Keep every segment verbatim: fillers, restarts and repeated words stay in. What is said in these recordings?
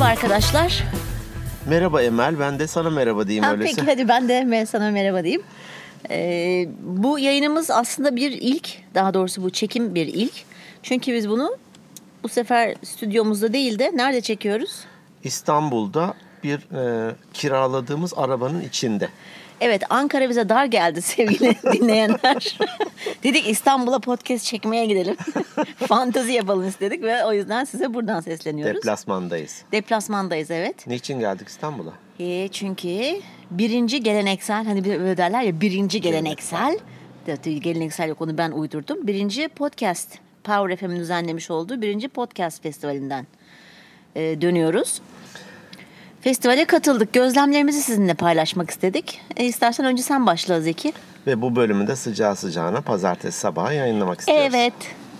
Merhaba arkadaşlar. Merhaba Emel, ben de sana merhaba diyeyim Ha, öyleyse. peki hadi ben de sana merhaba diyeyim. Ee, bu yayınımız aslında bir ilk, daha doğrusu bu çekim bir ilk. Çünkü biz bunu bu sefer stüdyomuzda değil de nerede çekiyoruz? İstanbul'da bir e, kiraladığımız arabanın içinde. Evet, Ankara bize dar geldi sevgili dinleyenler. Dedik İstanbul'a podcast çekmeye gidelim. Fantezi yapalım istedik ve o yüzden size buradan sesleniyoruz. Deplasmandayız. Deplasmandayız, evet. Niçin geldik İstanbul'a? E, çünkü birinci geleneksel, hani böyle derler ya birinci geleneksel, geleneksel, geleneksel yok onu ben uydurdum. Birinci podcast, Power F M'in düzenlemiş olduğu birinci podcast festivalinden e, dönüyoruz. Festivale katıldık. Gözlemlerimizi sizinle paylaşmak istedik. E, istersen önce sen başla Zeki. Ve bu bölümü de sıcağı sıcağına pazartesi sabahı yayınlamak istiyoruz. Evet.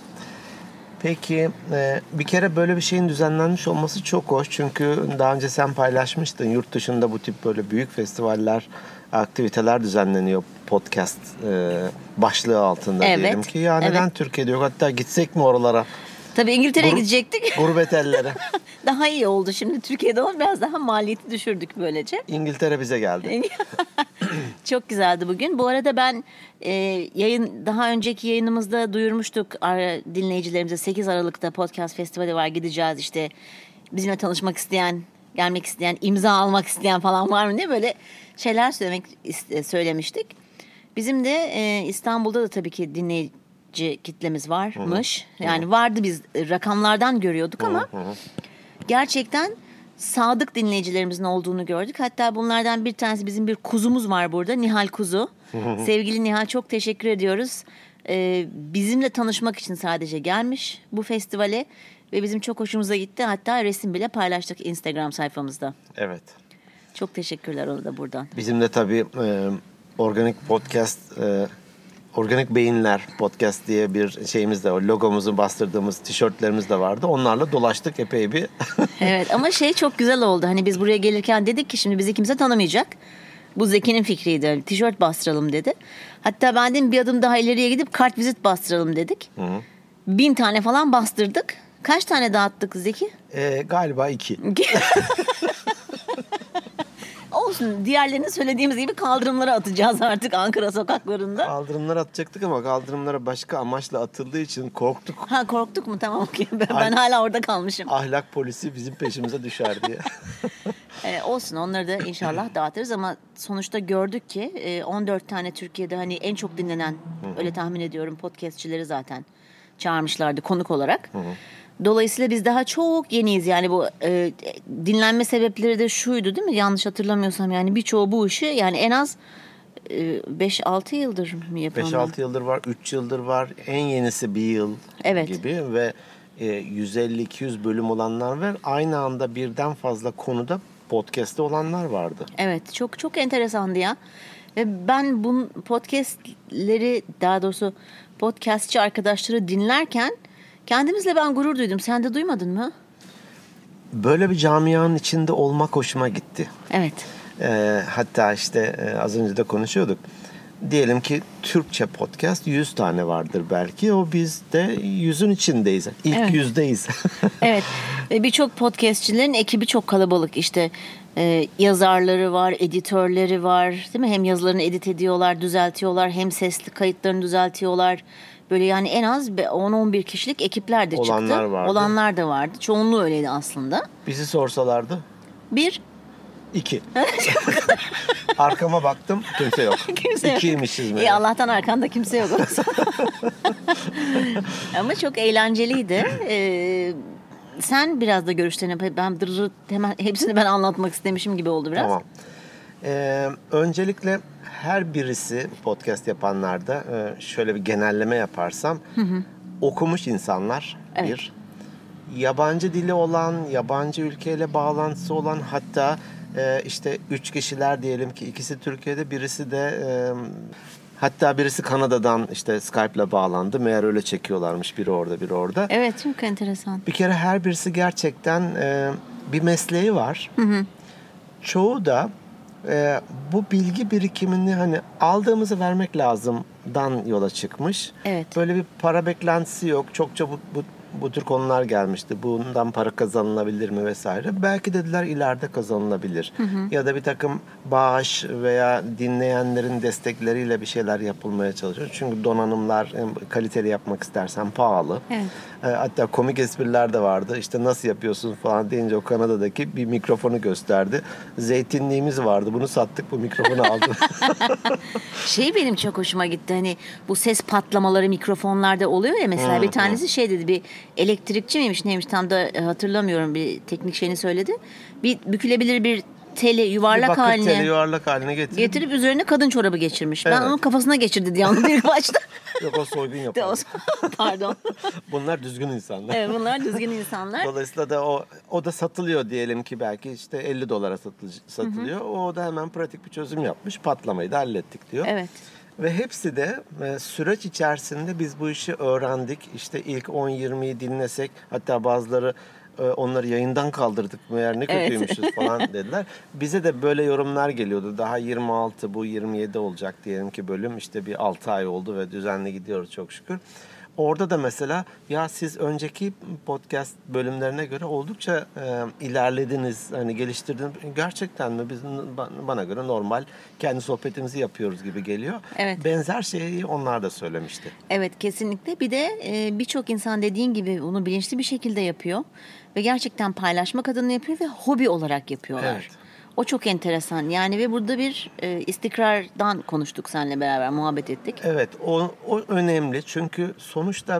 Peki e, bir kere böyle bir şeyin düzenlenmiş olması çok hoş. Çünkü daha önce sen paylaşmıştın. Yurt dışında bu tip böyle büyük festivaller, aktiviteler düzenleniyor podcast e, başlığı altında Evet. diyelim ki. Ya neden Evet. Türkiye'de yok? Hatta gitsek mi oralara? Tabii İngiltere'ye Gur- gidecektik. Gurbet ellere. Daha iyi oldu şimdi Türkiye'de ama biraz daha maliyeti düşürdük böylece. İngiltere bize geldi. Çok güzeldi bugün. Bu arada ben e, yayın daha önceki yayınımızda duyurmuştuk ar- dinleyicilerimize sekiz Aralık'ta podcast festivali var, gideceğiz işte. Bizimle tanışmak isteyen, gelmek isteyen, imza almak isteyen falan var mı diye böyle şeyler söylemek iste- söylemiştik. Bizim de e, İstanbul'da da tabii ki dinleyici kitlemiz varmış. Hı hı. Yani vardı, biz rakamlardan görüyorduk ama hı hı. gerçekten sadık dinleyicilerimizin olduğunu gördük. Hatta bunlardan bir tanesi, bizim bir kuzumuz var burada. Nihal Kuzu. Sevgili Nihal, çok teşekkür ediyoruz. Ee, bizimle tanışmak için sadece gelmiş bu festivale ve bizim çok hoşumuza gitti. Hatta resim bile paylaştık Instagram sayfamızda. Evet. Çok teşekkürler ona da buradan. Bizim de tabii e, organik podcast, e, organik beyinler podcast diye bir şeyimiz de, o logomuzu bastırdığımız tişörtlerimiz de vardı. Onlarla dolaştık epey bir. Evet, ama şey çok güzel oldu. Hani biz buraya gelirken dedik ki şimdi bizi kimse tanımayacak. Bu Zeki'nin fikriydi. Tişört bastıralım dedi. Hatta ben dedim bir adım daha ileriye gidip kartvizit bastıralım dedik. Hı hı. Bin tane falan bastırdık. Kaç tane dağıttık Zeki? E, galiba iki. Olsun. Diğerlerini söylediğimiz gibi kaldırımlara atacağız artık Ankara sokaklarında. Kaldırımlara atacaktık ama kaldırımlara başka amaçla atıldığı için korktuk. Ha, korktuk mu? Tamam. Ben, ben hala orada kalmışım. Ahlak polisi bizim peşimize düşer diye. Ee, olsun, onları da inşallah dağıtırız ama sonuçta gördük ki on dört tane Türkiye'de hani en çok dinlenen, hı-hı, öyle tahmin ediyorum, podcastçileri zaten çağırmışlardı konuk olarak. Hı-hı. Dolayısıyla biz daha çok yeniyiz yani. Bu e, dinlenme sebepleri de şuydu değil mi? Yanlış hatırlamıyorsam yani birçoğu bu işi yani en az beş altı yıldır mı yapıyorlar? beş altı yıldır var, üç yıldır var. En yenisi bir yıl, evet, gibi ve e, yüz elli iki yüz bölüm olanlar var. Aynı anda birden fazla konuda podcast'te olanlar vardı. Evet, çok çok enteresandı ya. Ve ben bu podcast'leri, daha doğrusu podcastçı arkadaşları dinlerken kendimizle ben gurur duydum. Sen de duymadın mı? Böyle bir camianın içinde olmak hoşuma gitti. Evet. Ee, hatta işte e, az önce de konuşuyorduk. Diyelim ki Türkçe podcast yüz tane vardır belki. O biz de yüzün içindeyiz. İlk evet. yüzdeyiz. Evet. Ve birçok podcastçilerin ekibi çok kalabalık. İşte e, yazarları var, editörleri var. Değil mi? Hem yazılarını edit ediyorlar, düzeltiyorlar. Hem sesli kayıtlarını düzeltiyorlar. Böyle yani en az on on bir kişilik ekipler de çıktı. Olanlar vardı. Olanlar da vardı. Çoğunluğu öyleydi aslında. Bizi sorsalardı? Bir. İki. Arkama baktım, kimse yok. Kimse yok. İkiymişiz mi? İyi, Allah'tan arkanda kimse yok. Ama çok eğlenceliydi. Ee, sen biraz da görüşlerini, ben dırırı, hemen hepsini ben anlatmak istemişim gibi oldu biraz. Tamam. Ee, öncelikle her birisi podcast yapanlarda şöyle bir genelleme yaparsam, hı hı, okumuş insanlar, evet, bir. Yabancı dili olan, yabancı ülkeyle bağlantısı olan, hatta e, işte üç kişiler diyelim ki ikisi Türkiye'de, birisi de e, hatta birisi Kanada'dan işte Skype'la bağlandı. Meğer öyle çekiyorlarmış, biri orada biri orada. Evet, çok enteresan. Bir kere her birisi gerçekten e, bir mesleği var. Hı hı. Çoğu da e, bu bilgi birikimini hani aldığımızı vermek lazımdan yola çıkmış. Evet. Böyle bir para beklentisi yok. Çokça bu, bu bu tür konular gelmişti. Bundan para kazanılabilir mi vesaire. Belki dediler ileride kazanılabilir. Hı hı. Ya da bir takım bağış veya dinleyenlerin destekleriyle bir şeyler yapılmaya çalışıyor. Çünkü donanımlar kaliteli yapmak istersen pahalı. Evet. Hatta komik espriler de vardı. İşte nasıl yapıyorsun falan deyince o Kanada'daki bir mikrofonu gösterdi. Zeytinliğimiz vardı. Bunu sattık, bu mikrofonu aldım. Şey benim çok hoşuma gitti. Hani bu ses patlamaları mikrofonlarda oluyor ya mesela, bir tanesi şey dedi, bir elektrikçi miymiş neymiş tam da hatırlamıyorum, bir teknik şeyini söyledi. Bir bükülebilir bir teli yuvarlak bir haline teli yuvarlak haline getirip, getirip üzerine kadın çorabı geçirmiş. Evet. Ben onun kafasına geçirdi diye anladım ilk başta. Yok, o soygun yapar. Pardon. Bunlar düzgün insanlar. Evet, bunlar düzgün insanlar. Dolayısıyla da o o da satılıyor diyelim ki, belki işte elli dolara satılıyor. Hı hı. O da hemen pratik bir çözüm yapmış. Patlamayı da hallettik diyor. Evet. Ve hepsi de e, süreç içerisinde biz bu işi öğrendik. İşte ilk on yirmiyi dinlesek, hatta bazıları e, onları yayından kaldırdık, meğer ne kötüymüşüz evet. falan dediler. Bize de böyle yorumlar geliyordu. Daha yirmi altı, bu yirmi yedi olacak diyelim ki bölüm. İşte bir altı ay oldu ve düzenli gidiyoruz çok şükür. Orada da mesela ya siz önceki podcast bölümlerine göre oldukça e, ilerlediniz, hani geliştirdiniz. Gerçekten mi? Biz, bana göre normal kendi sohbetimizi yapıyoruz gibi geliyor. Evet. Benzer şeyi onlar da söylemişti. Evet, kesinlikle. Bir de e, birçok insan dediğin gibi bunu bilinçli bir şekilde yapıyor ve gerçekten paylaşmak adına yapıyor ve hobi olarak yapıyorlar. Evet. O çok enteresan. Yani ve burada bir e, istikrardan konuştuk seninle beraber, muhabbet ettik. Evet, o, o önemli. Çünkü sonuçta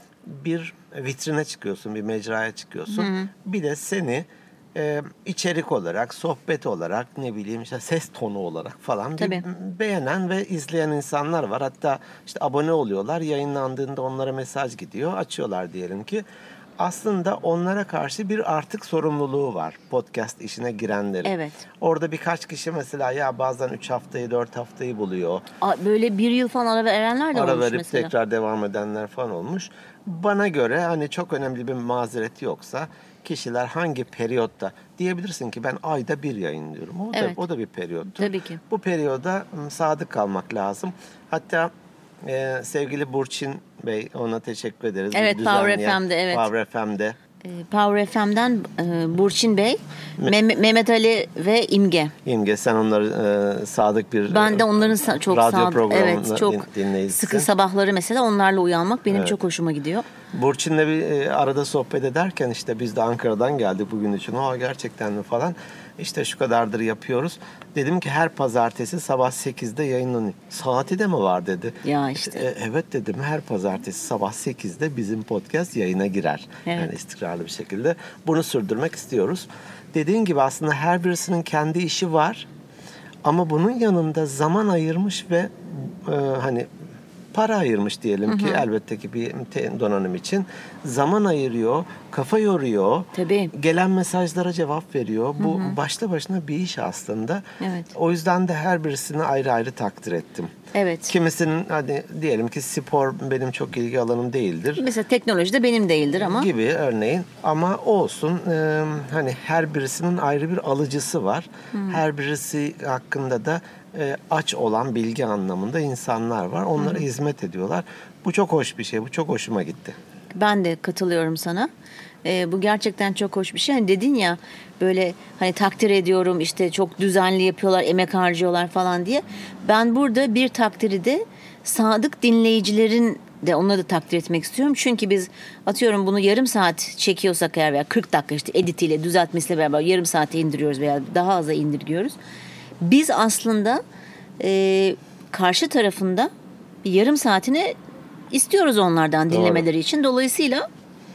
bir vitrine çıkıyorsun, bir mecraya çıkıyorsun. Hı hı. Bir de seni e, içerik olarak, sohbet olarak, ne bileyim işte ses tonu olarak falan bir beğenen ve izleyen insanlar var. Hatta işte abone oluyorlar. Yayınlandığında onlara mesaj gidiyor. Açıyorlar diyelim ki. Aslında onlara karşı bir artık sorumluluğu var podcast işine girenlerin. Evet. Orada birkaç kişi mesela ya bazen üç haftayı dört haftayı buluyor. Böyle bir yıl falan ara verenler de ara olmuş verip mesela. tekrar devam edenler falan olmuş. Bana göre hani çok önemli bir mazeret yoksa kişiler hangi periyotta, diyebilirsin ki ben ayda bir yayınlıyorum. O, evet. da, o da bir periyottur. Tabii ki. Bu periyoda sadık kalmak lazım. Hatta Ee, sevgili Burçin Bey, ona teşekkür ederiz. Evet, Power F M'de. Evet. Power F M'de. Power F M'den e, Burçin Bey, Me- Mehmet Ali ve İmge. İmge, sen onları e, sadık bir ben de onların sa- çok radyo sadık, programına evet, çok dinleyicisin. Sıkı sabahları mesela onlarla uyanmak benim evet. çok hoşuma gidiyor. Burçin'le bir e, arada sohbet ederken işte biz de Ankara'dan geldik bugün için. O gerçekten mi falan. İşte şu kadardır yapıyoruz. Dedim ki her pazartesi sabah sekizde yayınlanıyor. Saati de mi var dedi. Ya işte. E, evet dedim, her pazartesi sabah sekizde bizim podcast yayına girer. Evet. Yani istikrarlı bir şekilde. Bunu sürdürmek istiyoruz. Dediğin gibi aslında her birisinin kendi işi var. Ama bunun yanında zaman ayırmış ve e, hani para ayırmış diyelim, hı hı. ki elbette ki bir donanım için zaman ayırıyor, kafa yoruyor. Tabii. Gelen mesajlara cevap veriyor. Bu hı hı. başta başına bir iş aslında. Evet. O yüzden de her birisini ayrı ayrı takdir ettim. Evet. Kimisinin hadi diyelim ki spor benim çok ilgi alanım değildir. Mesela teknoloji de benim değildir ama. Gibi örneğin, ama olsun e, hani her birisinin ayrı bir alıcısı var. Hı. Her birisi hakkında da e, aç olan bilgi anlamında insanlar var. Onlara Hı. hizmet ediyorlar. Bu çok hoş bir şey. Bu çok hoşuma gitti. Ben de katılıyorum sana. E, bu gerçekten çok hoş bir şey. Hani dedin ya böyle hani takdir ediyorum, işte çok düzenli yapıyorlar, emek harcıyorlar falan diye. Ben burada bir takdiri de sadık dinleyicilerin de, onları da takdir etmek istiyorum. Çünkü biz atıyorum bunu yarım saat çekiyorsak eğer veya kırk dakika işte editiyle düzeltmesiyle beraber yarım saate indiriyoruz veya daha aza indirgiyoruz. Biz aslında e, karşı tarafında yarım saatini istiyoruz onlardan dinlemeleri Doğru. için. Dolayısıyla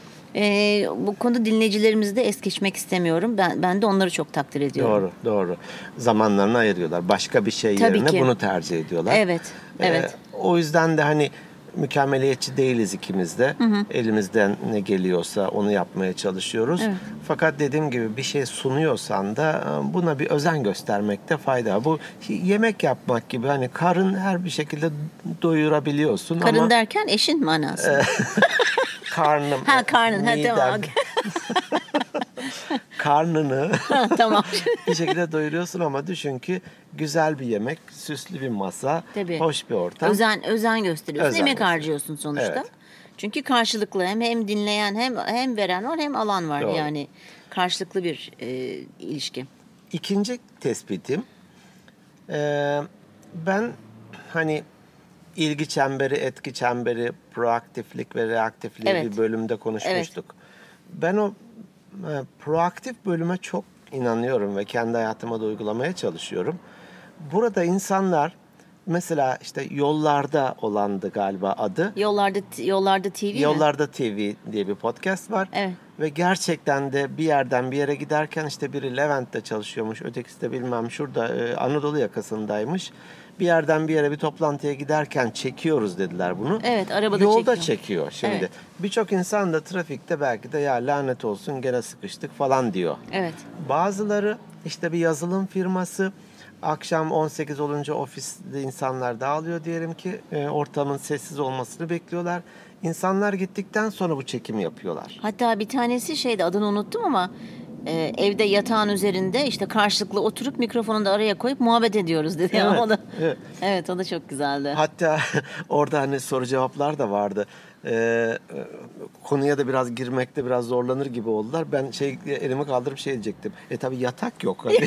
Ee, bu konuda dinleyicilerimizi de es geçmek istemiyorum. Ben ben de onları çok takdir ediyorum. Doğru, doğru. Zamanlarını ayırıyorlar. Başka bir şey Tabii yerine ki. bunu tercih ediyorlar. Evet, evet. Ee, o yüzden de hani mükemmeliyetçi değiliz ikimiz de. Hı hı. Elimizden ne geliyorsa onu yapmaya çalışıyoruz. Evet. Fakat dediğim gibi bir şey sunuyorsan da buna bir özen göstermekte fayda var. Bu yemek yapmak gibi, hani karın her bir şekilde doyurabiliyorsun karın ama... derken eşin manası. Karnım. Ha karnın. Ha, tamam. karnını Tamam. bir şekilde doyuruyorsun ama düşün ki güzel bir yemek, süslü bir masa, Tabii. hoş bir ortam. Özen özen gösteriyorsun. Özen emek gösteriyor. harcıyorsun sonuçta. Evet. Çünkü karşılıklı hem hem dinleyen hem hem veren var hem alan var. Doğru. Yani karşılıklı bir e, ilişki. İkinci tespitim, e, ben hani ilgi çemberi, etki çemberi, proaktiflik ve reaktifliği Evet. bir bölümde konuşmuştuk. Ben o e, proaktif bölüme çok inanıyorum ve kendi hayatıma da uygulamaya çalışıyorum. Burada insanlar mesela işte yollarda olandı galiba adı. Yollarda yollarda T V mi? Yollarda T V diye bir podcast var. Evet. Ve gerçekten de bir yerden bir yere giderken işte biri Levent'te çalışıyormuş, ötekisi de bilmem şurada e, Anadolu yakasındaymış. Bir yerden bir yere bir toplantıya giderken çekiyoruz dediler bunu. Evet, arabada Yolda çekiyor. çekiyor şimdi. Evet. Birçok insan da trafikte belki de ya lanet olsun gene sıkıştık falan diyor. Evet. Bazıları işte bir yazılım firması akşam on sekiz olunca ofiste insanlar dağılıyor diyelim ki e, ortamın sessiz olmasını bekliyorlar. İnsanlar gittikten sonra bu çekimi yapıyorlar. Hatta bir tanesi şeydi, adını unuttum ama e, evde yatağın üzerinde işte karşılıklı oturup mikrofonu da araya koyup muhabbet ediyoruz dedi. Evet, o da, evet. evet o da çok güzeldi. Hatta orada hani soru cevaplar da vardı. Ee, konuya da biraz girmekte biraz zorlanır gibi oldular. Ben şey elimi kaldırıp şey diyecektim. E tabii yatak yok. Hani.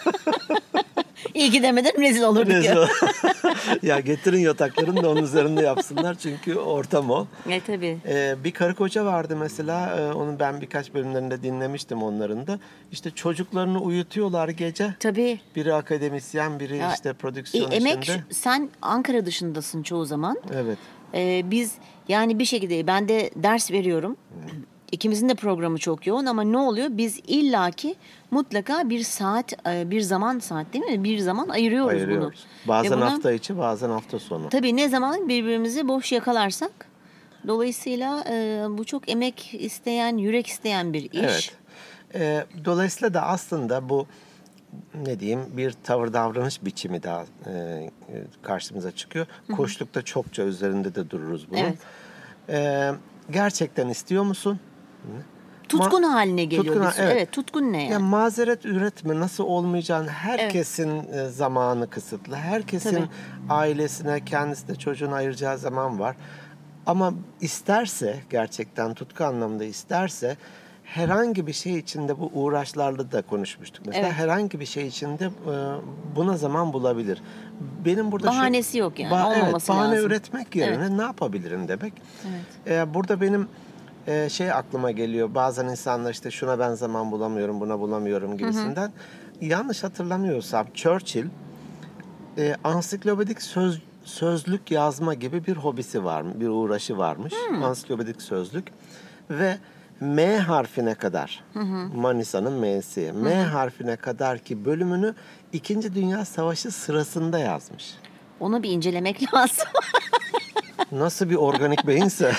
İyi ki demeden rezil olurduk Neyse ya. o. Ya getirin yataklarını da onun üzerinde yapsınlar çünkü ortam o. E tabii. Ee, bir karı koca vardı mesela. Ee, onu ben birkaç bölümlerinde dinlemiştim onların da. İşte çocuklarını uyutuyorlar gece. Tabii. Biri akademisyen, biri Ya, işte prodüksiyon E, emek içinde. şu- sen Ankara dışındasın çoğu zaman. Evet. Ee, biz yani bir şekilde ben de ders veriyorum. İkimizin de programı çok yoğun ama ne oluyor? Biz illaki mutlaka bir saat, e, bir zaman saat değil mi? Bir zaman ayırıyoruz, Ayırıyoruz. bunu. Bazen Ve buna- hafta içi, bazen hafta sonu. Tabii ne zaman birbirimizi boş yakalarsak. Dolayısıyla e, bu çok emek isteyen, yürek isteyen bir iş. Evet. Ee, dolayısıyla da aslında bu ne diyeyim bir tavır davranış biçimi daha e, karşımıza çıkıyor. Koçlukta çokça üzerinde de dururuz bunun. Evet. Ee, gerçekten istiyor musun? Tutkun Ma- haline geliyor. Tutkun bir ha- sürü. evet. Evet, tutkun ne yani? Ya mazeret üretme nasıl olmayacağını herkesin e, zamanı kısıtlı. Herkesin Tabii. ailesine, kendisine, çocuğuna ayıracağı zaman var. Ama isterse gerçekten tutku anlamında isterse herhangi bir şey içinde bu uğraşlarla da konuşmuştuk. Mesela Evet. herhangi bir şey içinde e, buna zaman bulabilir. Benim burada şu- Bahanesi yok yani, evet, olmaması bahane lazım. üretmek yerine ne yapabilirim demek. Evet. E, burada benim e, şey aklıma geliyor. Bazen insanlar işte şuna ben zaman bulamıyorum, buna bulamıyorum gibisinden. Yanlış hatırlamıyorsam Churchill e, ansiklopedik söz sözlük yazma gibi bir hobisi var mı? Bir uğraşı varmış. Ansiklopedik sözlük ve M harfine kadar Manisa'nın M'si. M harfine kadar ki bölümünü İkinci Dünya Savaşı sırasında yazmış. Onu bir incelemek lazım. Nasıl bir organik beyinse.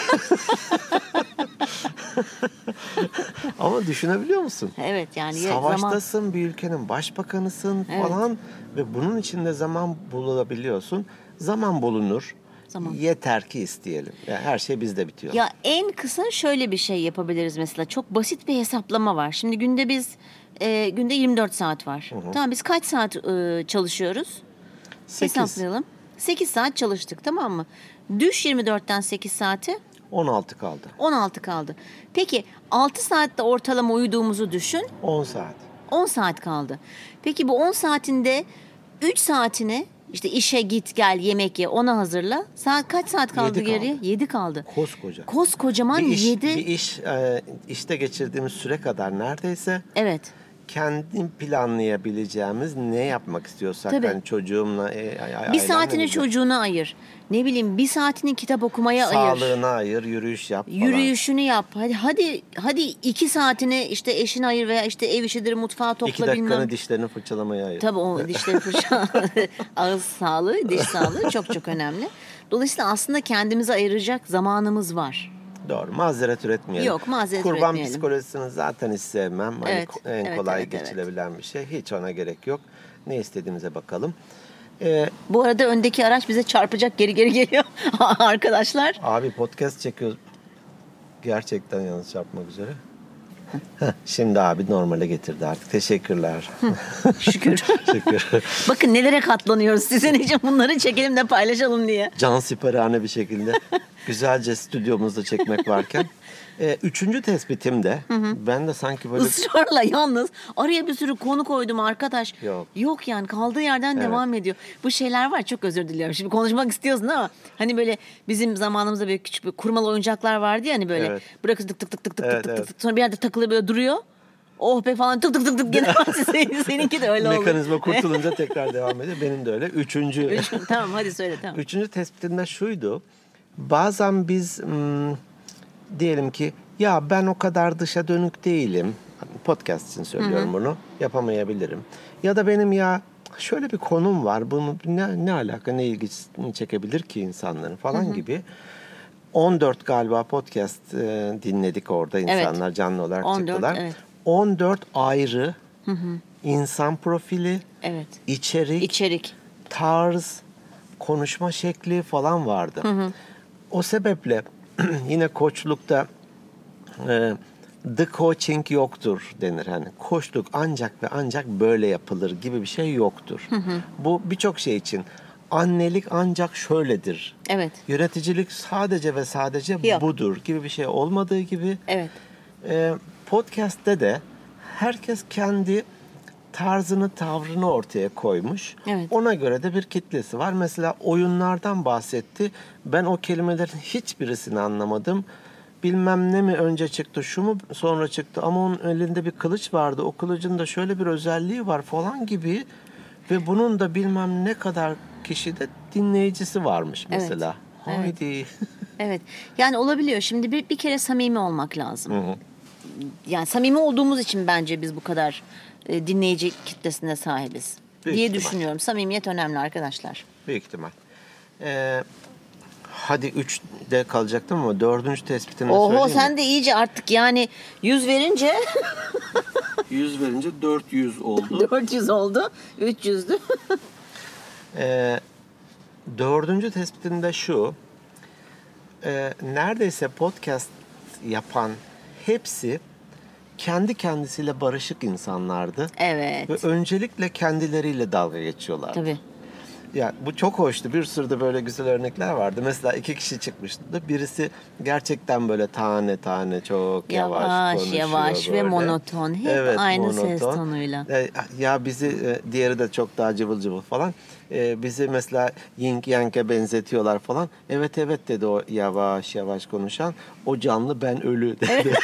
Ama düşünebiliyor musun? Evet yani ya- zaman Savaştasın, bir ülkenin başbakanısın Evet. falan ve bunun içinde zaman bulabiliyorsun. Zaman bulunur. Zaman. Yeter ki isteyelim. Yani her şey bizde bitiyor. ya en kısa şöyle bir şey yapabiliriz mesela. Çok basit bir hesaplama var. Şimdi günde biz e, günde yirmi dört saat var. Tamam biz kaç saat e, çalışıyoruz? Sekiz. Hesaplayalım. sekiz saat çalıştık tamam mı? Düş yirmi dörtten sekiz saati on altı kaldı. on altı kaldı. Peki altı saatte ortalama uyuduğumuzu düşün. on saat. on saat kaldı. Peki bu on saatinde üç saatini işte işe git gel yemek ye ona hazırla. Saat kaç saat kaldı Yedi geriye? kaldı. yedi kaldı. Koskoca. Koskocaman Bir iş, yedi. bir iş e, işte geçirdiğimiz süre kadar neredeyse Evet. kendi planlayabileceğimiz ne yapmak istiyorsak Tabii. hani çocuğumla e, a- Bir ailemle saatini birlikte. çocuğuna ayır. Ne bileyim bir saatini kitap okumaya ayır. Sağlığına ayır, yürüyüş yap falan. Yürüyüşünü yap. Hadi hadi hadi iki saatini işte eşine ayır veya işte ev işidir mutfağı topla İki dakikanı bilmem. dişlerini fırçalamaya ayır. Tabii o dişleri fırça, ağız sağlığı, diş sağlığı çok çok önemli. Dolayısıyla aslında kendimize ayıracak zamanımız var. Doğru. Mazeret üretmeyelim. Yok, mazeret Kurban üretmeyelim. psikolojisini zaten hiç sevmem. Hani Evet, ko- en evet, kolay evet, evet. geçilebilen bir şey. Hiç ona gerek yok. Ne istediğimize bakalım. Ee, Bu arada öndeki araç bize çarpacak geri geri geliyor arkadaşlar. abi podcast çekiyoruz. Gerçekten yalnız çarpmak üzere. Heh, şimdi abi normale getirdi artık. Teşekkürler. Şükür. Şükür. Bakın nelere katlanıyoruz sizin için, bunları çekelim de paylaşalım diye. Cansiperane bir şekilde güzelce stüdyomuzda çekmek varken. Ee, üçüncü tespitim de hı hı. ben de sanki böyle... Israrla yalnız araya bir sürü konu koydum arkadaş. Yok. Yok yani kaldığı yerden evet. devam ediyor. Bu şeyler var, çok özür diliyorum. Şimdi konuşmak istiyorsun ama hani böyle bizim zamanımızda böyle küçük bir kurmalı oyuncaklar vardı ya hani böyle. Evet. Bırakıyorsun tık tık tık tık evet, tık evet. tık sonra bir yerde takılı böyle duruyor. Oh be falan tık tık tık tık gene seninki de öyle oldu. Mekanizma kurtulunca tekrar devam ediyor. Benim de öyle. Üçüncü. Üç, tamam hadi söyle tamam. Üçüncü tespitim de şuydu. Bazen biz hmm, diyelim ki ya ben o kadar dışa dönük değilim. Podcast için söylüyorum Hı-hı. bunu. Yapamayabilirim. Ya da benim ya şöyle bir konum var. Bunu ne, ne alaka, ne ilgisini çekebilir ki insanların falan Hı-hı. gibi. on dört galiba podcast e, dinledik orada insanlar evet. canlı olarak on dört, çıktılar. Evet. on dört ayrı Hı-hı. insan profili, evet. içerik, içerik, tarz, konuşma şekli falan vardı. Hı-hı. O sebeple yine koçlukta e, the coaching yoktur denir. Hani koçluk ancak ve ancak böyle yapılır gibi bir şey yoktur. Hı hı. Bu birçok şey için. Annelik ancak şöyledir. Evet. Yöneticilik sadece ve sadece Yok. budur gibi bir şey olmadığı gibi. Evet. E, podcast'te de herkes kendi tarzını, tavrını ortaya koymuş. Evet. Ona göre de bir kitlesi var. Mesela oyunlardan bahsetti. Ben o kelimelerin hiçbirisini anlamadım. Bilmem ne mi önce çıktı, şu mu sonra çıktı ama onun elinde bir kılıç vardı. O kılıcın da şöyle bir özelliği var falan gibi. Ve bunun da bilmem ne kadar kişide dinleyicisi varmış mesela. Evet. Haydi. Evet. evet. Yani olabiliyor. Şimdi bir, bir kere samimi olmak lazım. Hı hı. Yani samimi olduğumuz için bence biz bu kadar e, dinleyici kitlesine sahibiz Büyük diye ihtimal. düşünüyorum. Samimiyet önemli arkadaşlar. Büyük ihtimal. Ee, hadi üçte kalacaktım ama dördüncü tespitini de söyleyeyim Oho sen de iyice artık yani yüz verince. yüz verince dört yüz oldu. dört yüz oldu. üç yüzdü. ee, dördüncü tespitim de şu. Ee, neredeyse podcast yapan hepsi kendi kendisiyle barışık insanlardı. Evet. Ve öncelikle kendileriyle dalga geçiyorlardı. Tabii. Ya bu çok hoştu. Bir sürü de böyle güzel örnekler vardı. Mesela iki kişi çıkmıştı da birisi gerçekten böyle tane tane çok yavaş, yavaş konuşuyor. Yavaş böyle. ve monoton. Hep evet, aynı monoton. ses tonuyla. Ya bizi diğeri de çok daha cıvıl cıvıl falan. Bizi mesela Yin Yang'e benzetiyorlar falan. Evet evet dedi o yavaş yavaş konuşan. O canlı, ben ölü dedi. Evet.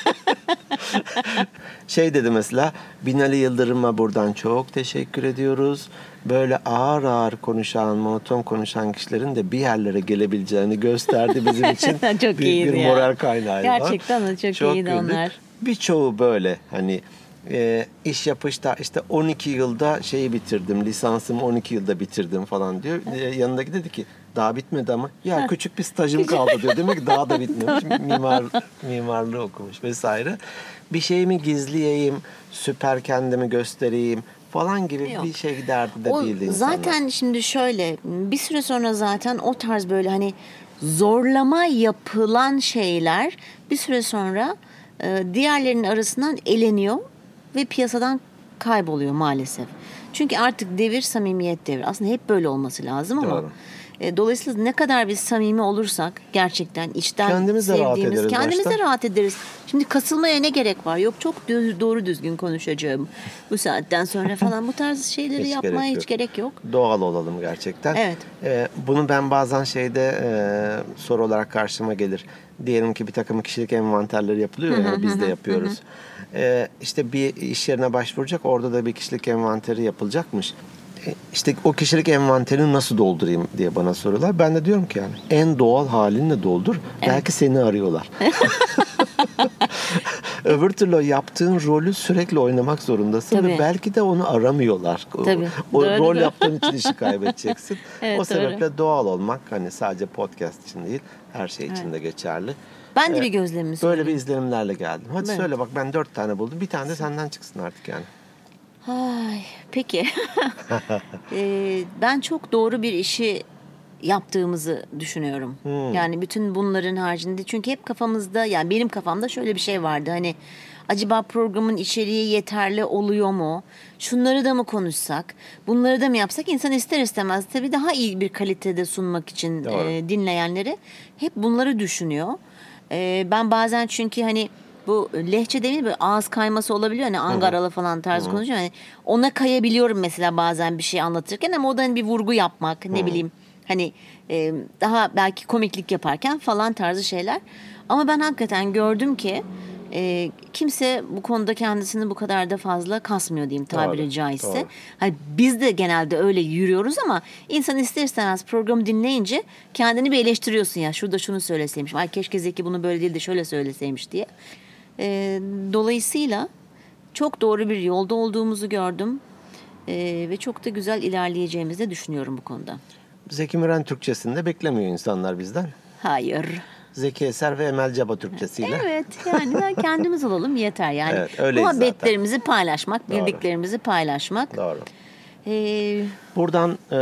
Şey dedi mesela, Binali Yıldırım'a buradan çok teşekkür ediyoruz. Böyle ağır ağır konuşan, monoton konuşan kişilerin de bir yerlere gelebileceğini gösterdi bizim için. Çok büyük bir ya. moral kaynağı. Gerçekten de çok, çok iyiydi onlar. Birçoğu böyle hani e, iş yapışta işte on iki yılda şeyi bitirdim, lisansımı on iki yılda bitirdim falan diyor. E, yanındaki dedi ki daha bitmedi ama. Ya küçük bir stajım kaldı diyor. Demek ki daha da bitmemiş. Mimar, mimarlığı okumuş vesaire. Bir şeyimi gizleyeyim, süper kendimi göstereyim falan gibi Yok. bir şey derdi de o, değildi insanlar. Zaten şimdi şöyle bir süre sonra zaten o tarz böyle hani zorlama yapılan şeyler bir süre sonra e, diğerlerinin arasından eleniyor ve piyasadan kayboluyor maalesef. Çünkü artık devir samimiyet devri. Aslında hep böyle olması lazım ama Doğru. Dolayısıyla ne kadar biz samimi olursak gerçekten içten kendimiz de rahat sevdiğimiz, ederiz kendimiz başta. de rahat ederiz. Şimdi kasılmaya ne gerek var? Yok çok düz, doğru düzgün konuşacağım bu saatten sonra falan bu tarz şeyleri hiç yapmaya gerek hiç gerek yok. Doğal olalım gerçekten. Evet. Ee, bunu ben bazen şeyde e, soru olarak karşıma gelir. Diyelim ki bir takım kişilik envanterleri yapılıyor ya, yani biz de yapıyoruz. Ee, işte bir iş yerine başvuracak, orada da bir kişilik envanteri yapılacakmış. İşte o kişilik envanterini nasıl doldurayım diye bana soruyorlar. Ben de diyorum ki yani en doğal halinle doldur. Evet. Belki seni arıyorlar. Öbür türlü yaptığın rolü sürekli oynamak zorundasın Tabii. ve belki de onu aramıyorlar. Tabii. O doğru, rol doğru. yaptığın için işi kaybedeceksin. evet, o sebeple doğru. doğal olmak hani sadece podcast için değil, her şey için evet. de geçerli. Ben de ee, bir gözlemimi söyleyeyim. Böyle bir izlenimlerle geldim. Hadi evet. söyle bak, ben dört tane buldum. Bir tane de senden çıksın artık yani. Ay, peki. ee, ben çok doğru bir işi yaptığımızı düşünüyorum. Hmm. Yani bütün bunların haricinde, çünkü hep kafamızda, yani benim kafamda şöyle bir şey vardı. Hani acaba programın içeriği yeterli oluyor mu? Şunları da mı konuşsak? Bunları da mı yapsak? İnsan ister istemez tabii daha iyi bir kalitede sunmak için e, dinleyenleri hep bunları düşünüyor. E, ben bazen çünkü hani bu lehçe değil mi? Ağız kayması olabiliyor. Hani Angaralı falan tarzı konuşuyor. Yani ona kayabiliyorum mesela bazen bir şey anlatırken, ama o da hani bir vurgu yapmak, ne bileyim. Hani e, daha belki komiklik yaparken falan tarzı şeyler. Ama ben hakikaten gördüm ki e, kimse bu konuda kendisini bu kadar da fazla kasmıyor diyeyim, tabiri Doğru, caizse. doğru. Hani biz de genelde öyle yürüyoruz, ama insan ister istemez programı dinleyince kendini bir eleştiriyorsun ya. Şurada şunu söyleseymiş. Ay keşke Zeki bunu böyle değil de şöyle söyleseymiş diye. E, dolayısıyla çok doğru bir yolda olduğumuzu gördüm. E, ve çok da güzel ilerleyeceğimizi de düşünüyorum bu konuda. Zeki Müren Türkçesinde beklemiyor insanlar bizden. Hayır. Zeki Eser ve Emel Caba Türkçesiyle. Evet, yani kendimiz olalım yeter yani. Evet, öyleyiz muhabbetlerimizi zaten. paylaşmak, Doğru. bildiklerimizi paylaşmak. Doğru. Ee, Buradan e,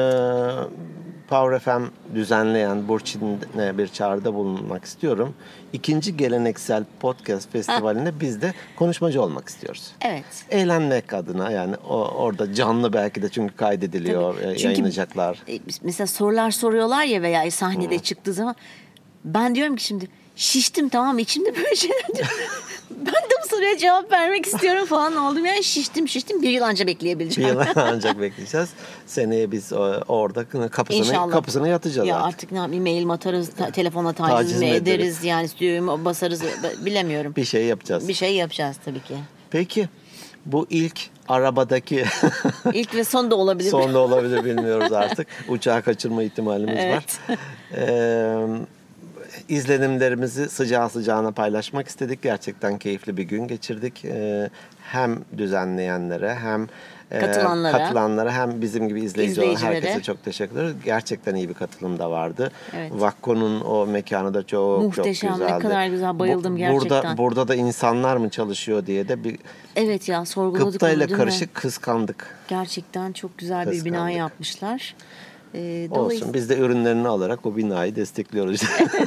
Power F M düzenleyen Burçin'e bir çağrıda bulunmak istiyorum. İkinci geleneksel podcast festivalinde biz de konuşmacı olmak istiyoruz. evet. Eğlenmek adına, yani o, orada canlı belki de, çünkü kaydediliyor, Tabii. e, Çünkü, yayınlayacaklar. e, mesela sorular soruyorlar ya veya sahnede hmm. çıktığı zaman, ben diyorum ki şimdi şiştim, tamam mı? İçimde böyle şeyler diyor. Ben de bu soruya cevap vermek istiyorum falan oldum. Yani şiştim şiştim bir yıl anca bekleyebileceğim. Bir yıl ancak bekleyeceğiz. Seneye biz orada kapısını, İnşallah. kapısını yatacağız ya artık. artık ne yapayım, mail mi atarız, ta- telefona taciz, Taciz mi mi ederiz, ederiz? yani stüdyoyu basarız, bilemiyorum. Bir şey yapacağız. Bir şey yapacağız tabii ki. Peki bu ilk arabadaki İlk ve son da olabilir. son da olabilir, bilmiyoruz artık. Uçağı kaçırma ihtimalimiz Evet. var. Ee, izlenimlerimizi sıcağı sıcağına paylaşmak istedik. Gerçekten keyifli bir gün geçirdik. Ee, hem düzenleyenlere hem e, Katılanlara. katılanlara hem bizim gibi izleyici olan İzleyicilere. herkese çok teşekkür ederiz. Gerçekten iyi bir katılım da vardı. Evet. Vakko'nun o mekanı da çok Muhteşem, çok ne güzeldi. kadar güzel, bayıldım Bu- gerçekten. Burada, burada da insanlar mı çalışıyor diye de bir Evet ya, sorguladık gıptayla onu, değil mi? karışık kıskandık. Gerçekten çok güzel bir bina Kıskandık. yapmışlar. Ee, Olsun, biz de ürünlerini alarak o binayı destekliyoruz.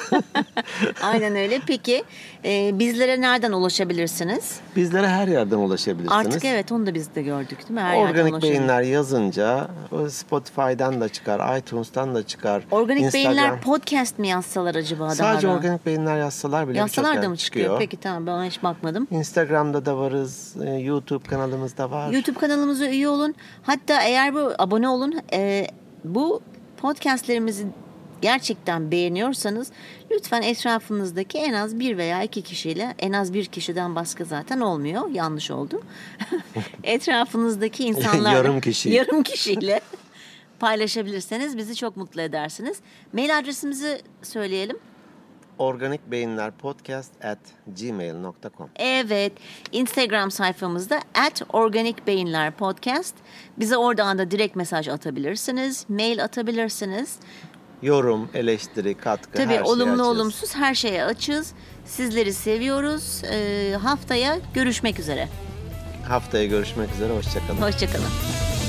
Aynen öyle. Peki e, bizlere nereden ulaşabilirsiniz? Bizlere her yerden ulaşabilirsiniz. Artık evet, onu da biz de gördük değil mi? Her yerden Organik ulaşabilir. Beyinler yazınca Spotify'dan da çıkar, iTunes'tan da çıkar. Organik Instagram. Beyinler podcast mi yazsalar acaba? Sadece daha Organik Beyinler yazsalar bile Yazsalar birçok da yer mı çıkıyor? Peki tamam, ben ona hiç bakmadım. Instagram'da da varız, e, YouTube kanalımızda var. YouTube kanalımıza üye olun. Hatta eğer bu abone olun. E, bu podcastlerimizi gerçekten beğeniyorsanız lütfen etrafınızdaki en az bir veya iki kişiyle, en az bir kişiden başka zaten olmuyor. Yanlış oldu. Etrafınızdaki insanlarla Yarım kişi. yarım kişiyle paylaşabilirseniz bizi çok mutlu edersiniz. Mail adresimizi söyleyelim. organikbeyinlerpodcast at gmail nokta com. Evet, Instagram sayfamızda at Organik Beyinler Podcast. Bize oradan da direkt mesaj atabilirsiniz, mail atabilirsiniz. Yorum, eleştiri, katkı, Tabii her şeye olumlu açığız. olumsuz her şeye açığız. Sizleri seviyoruz. Ee, haftaya görüşmek üzere. Haftaya görüşmek üzere, hoşça kalın. Hoşça kalın.